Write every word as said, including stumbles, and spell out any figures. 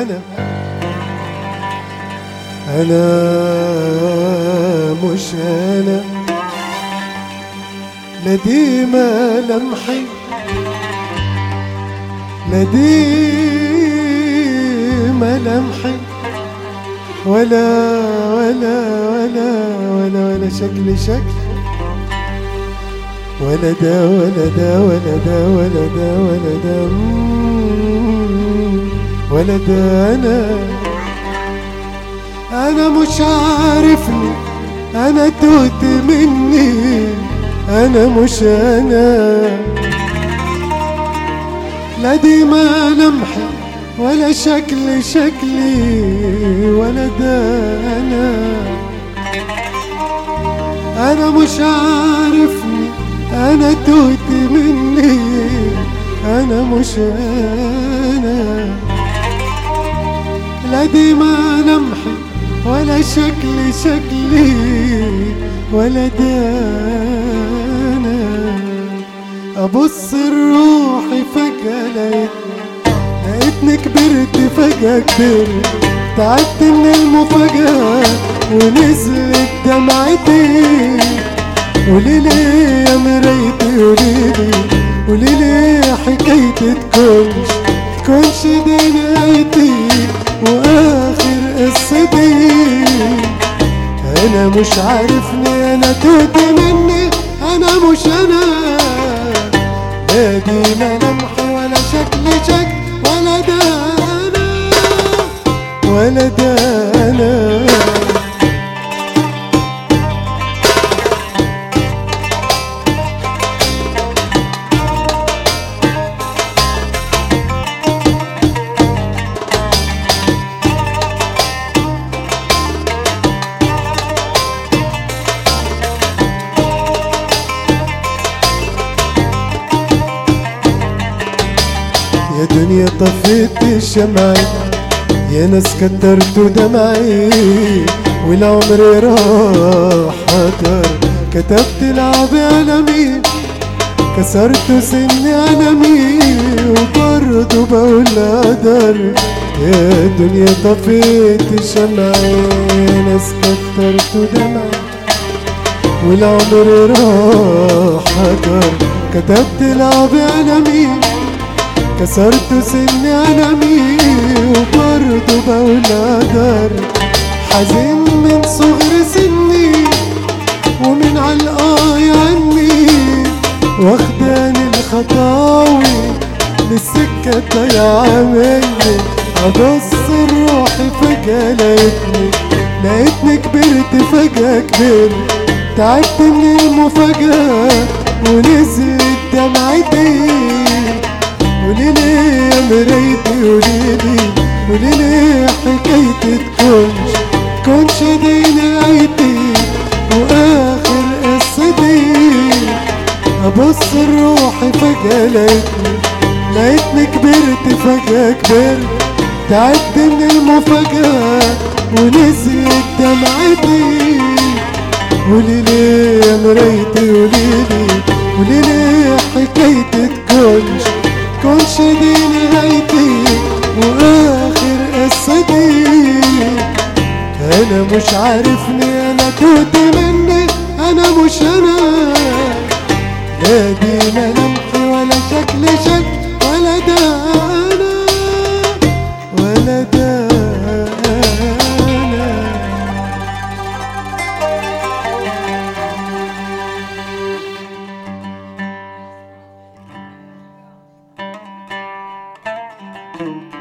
أنا أنا مش أنا، لا دي ملامحي لا دي ملامحي ولا ولا ولا ولا ولا شكل شكل ولا ده ولا ده ولا ده ولا ده ولا ده ولا ده. أنا أنا مش عارفني، أنا توت مني، أنا مش أنا، لا دي ملامحي ولا شكل شكلي ولا ده. أنا أنا مش عارفني، أنا توت مني، أنا مش أنا، لا دي ملامحي ولا شكل شكلي ولا ده. أنا أبص لروحي فجأة لقيتني لقيتني كبرت فجأة كبرت، تعبت من المفاجأة ونزلت دمعتي. قوليلي يا مرايتي قوليلي قوليلي حكايتي تكونش تكونش دي نهايتي واخر قصتي. انا مش عارفني، انا توت مني، انا مش انا، لا دي ملامحي ولا شكل شكل ولا ده انا ولا ده. انا يا دنيا طفيت الشمعي، يا ناس كترتوا دمعي، والعمر راح هدر، كتبت العب على مين، كسرت سني على مين، وبرضه بقول قدر. يا دنيا طفيت الشمعي، يا ناس كترتوا دمعي، والعمر راح هدر، كتبت العب على مين، كسرت سني على مين، وبرضه بقول قدر. حزين من صغر سني ومن علقاي عني، واخداني الخطاوي للسكة ضايعة مني. أبص لروحي فجأة لقيتني لقيتني كبرت فجأة كبرت، تعبت من المفاجأة ونزلت دمعتي. قوليلي يا مرايتي قوليلي قوليلي حكايتي تكونش تكونش دي نهايتي واخر قصتي. ابص لروحي فجأة لقيتني لقيتني كبرت فجأة كبرت، تعبت من المفاجأة ونزلت دمعتي. قوليلي يا مرايتي قوليلي قوليلي حكايتي تكونش تكونش دي نهايتي واخر قصتي. انا مش عارفني، انا توت مني، انا مش انا، لا دي ملامحي ولا شكل شكل ولا ده انا ولا ده. أنا